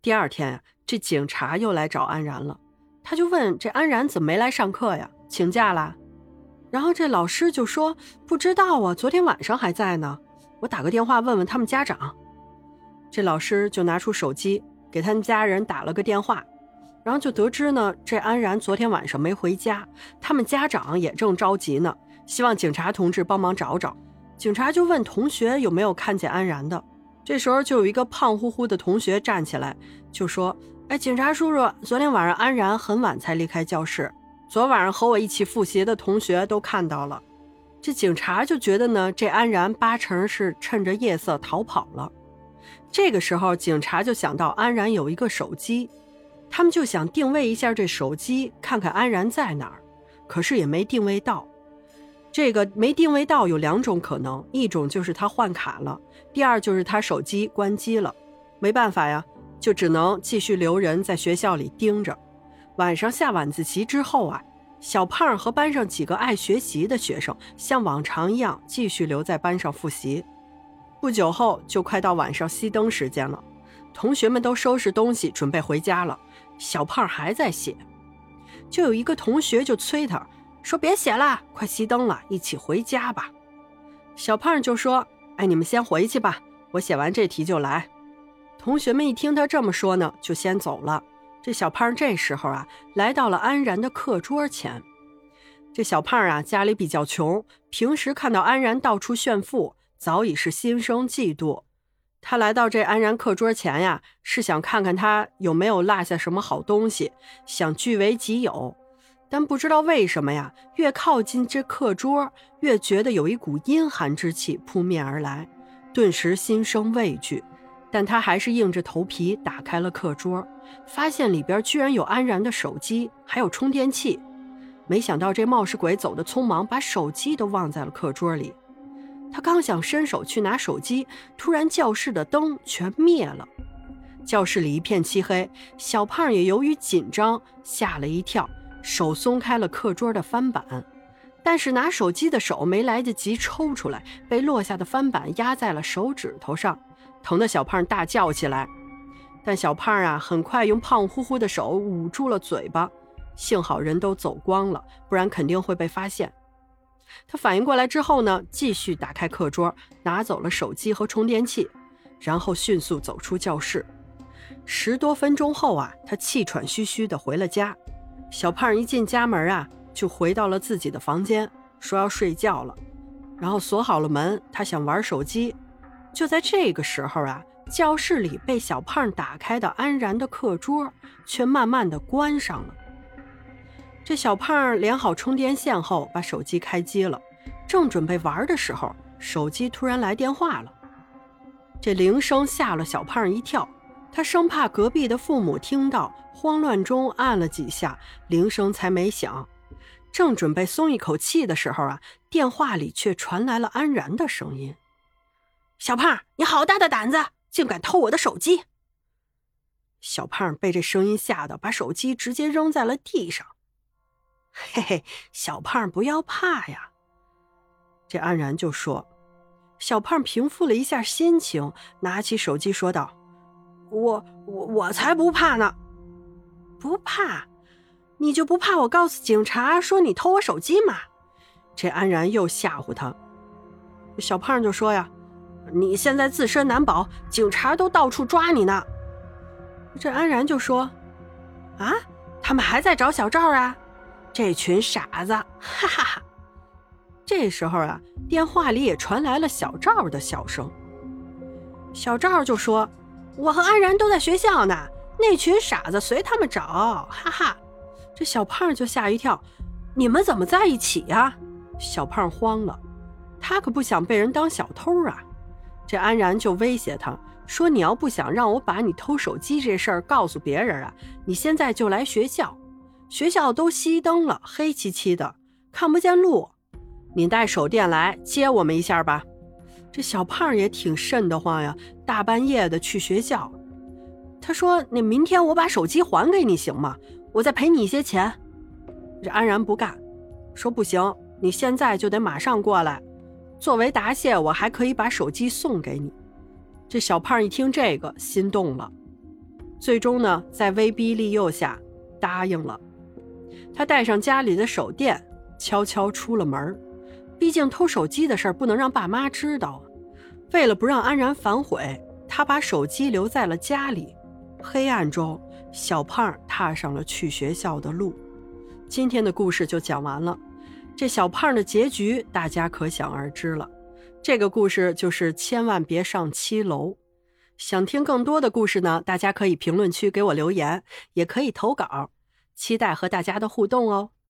第二天呀，这警察又来找安然了，他就问这安然怎么没来上课呀，请假啦？然后这老师就说不知道啊，昨天晚上还在呢，我打个电话问问他们家长。这老师就拿出手机给他们家人打了个电话，然后就得知呢，这安然昨天晚上没回家，他们家长也正着急呢，希望警察同志帮忙找找。警察就问同学有没有看见安然的，这时候就有一个胖乎乎的同学站起来就说，警察叔叔，昨天晚上安然很晚才离开教室，昨晚上和我一起复习的同学都看到了。这警察就觉得呢，这安然八成是趁着夜色逃跑了。这个时候警察就想到安然有一个手机，他们就想定位一下这手机，看看安然在哪儿，可是也没定位到。这个没定位到有两种可能，一种就是他换卡了，第二就是他手机关机了。没办法呀，就只能继续留人在学校里盯着。晚上下晚自习之后啊，小胖和班上几个爱学习的学生像往常一样继续留在班上复习。不久后就快到晚上熄灯时间了，同学们都收拾东西准备回家了，小胖还在写。就有一个同学就催他说，别写了，快熄灯了，一起回家吧。小胖就说，你们先回去吧，我写完这题就来。同学们一听他这么说呢，就先走了。这小胖这时候啊，来到了安然的课桌前。这小胖啊，家里比较穷，平时看到安然到处炫富，早已是心生嫉妒。他来到这安然课桌前呀，是想看看他有没有落下什么好东西，想据为己有。但不知道为什么呀，越靠近这课桌，越觉得有一股阴寒之气扑面而来，顿时心生畏惧。但他还是硬着头皮打开了课桌，发现里边居然有安然的手机，还有充电器。没想到这冒失鬼走得匆忙，把手机都忘在了课桌里。他刚想伸手去拿手机，突然教室的灯全灭了，教室里一片漆黑。小胖也由于紧张吓了一跳，手松开了课桌的翻板，但是拿手机的手没来得及抽出来，被落下的翻板压在了手指头上，疼得小胖大叫起来。但小胖啊，很快用胖乎乎的手捂住了嘴巴，幸好人都走光了，不然肯定会被发现。他反应过来之后呢，继续打开课桌，拿走了手机和充电器，然后迅速走出教室。10多分钟后啊，他气喘吁吁地回了家。小胖一进家门啊，就回到了自己的房间，说要睡觉了，然后锁好了门，他想玩手机。就在这个时候啊，教室里被小胖打开的安然的课桌却慢慢地关上了。这小胖连好充电线后，把手机开机了，正准备玩的时候，手机突然来电话了。这铃声吓了小胖一跳，他生怕隔壁的父母听到，慌乱中按了几下，铃声才没响。正准备松一口气的时候啊，电话里却传来了安然的声音：小胖，你好大的胆子，竟敢偷我的手机！小胖被这声音吓得把手机直接扔在了地上。嘿嘿，小胖不要怕呀。这安然就说。小胖平复了一下心情，拿起手机说道：我才不怕呢。不怕？你就不怕我告诉警察说你偷我手机吗？这安然又吓唬他。小胖就说呀，你现在自身难保，警察都到处抓你呢。这安然就说，啊，他们还在找小赵啊？这群傻子，哈哈哈。这时候啊，电话里也传来了小赵的笑声。小赵就说，我和安然都在学校呢，那群傻子随他们找，哈哈。这小胖就吓一跳，你们怎么在一起呀？小胖慌了，他可不想被人当小偷啊。这安然就威胁他说，你要不想让我把你偷手机这事儿告诉别人啊，你现在就来学校，学校都熄灯了，黑漆漆的，看不见路，你带手电来接我们一下吧。这小胖也挺瘆得慌呀，大半夜的去学校。他说，你明天我把手机还给你行吗？我再赔你一些钱。这安然不干，说不行，你现在就得马上过来，作为答谢我还可以把手机送给你。这小胖一听这个心动了， 最终呢，在威逼利诱下答应了。他带上家里的手电，悄悄出了门。毕竟偷手机的事儿不能让爸妈知道。为了不让安然反悔，他把手机留在了家里。黑暗中，小胖踏上了去学校的路。今天的故事就讲完了，这小胖的结局大家可想而知了。这个故事就是千万别上7楼。想听更多的故事呢，大家可以评论区给我留言，也可以投稿，期待和大家的互动哦。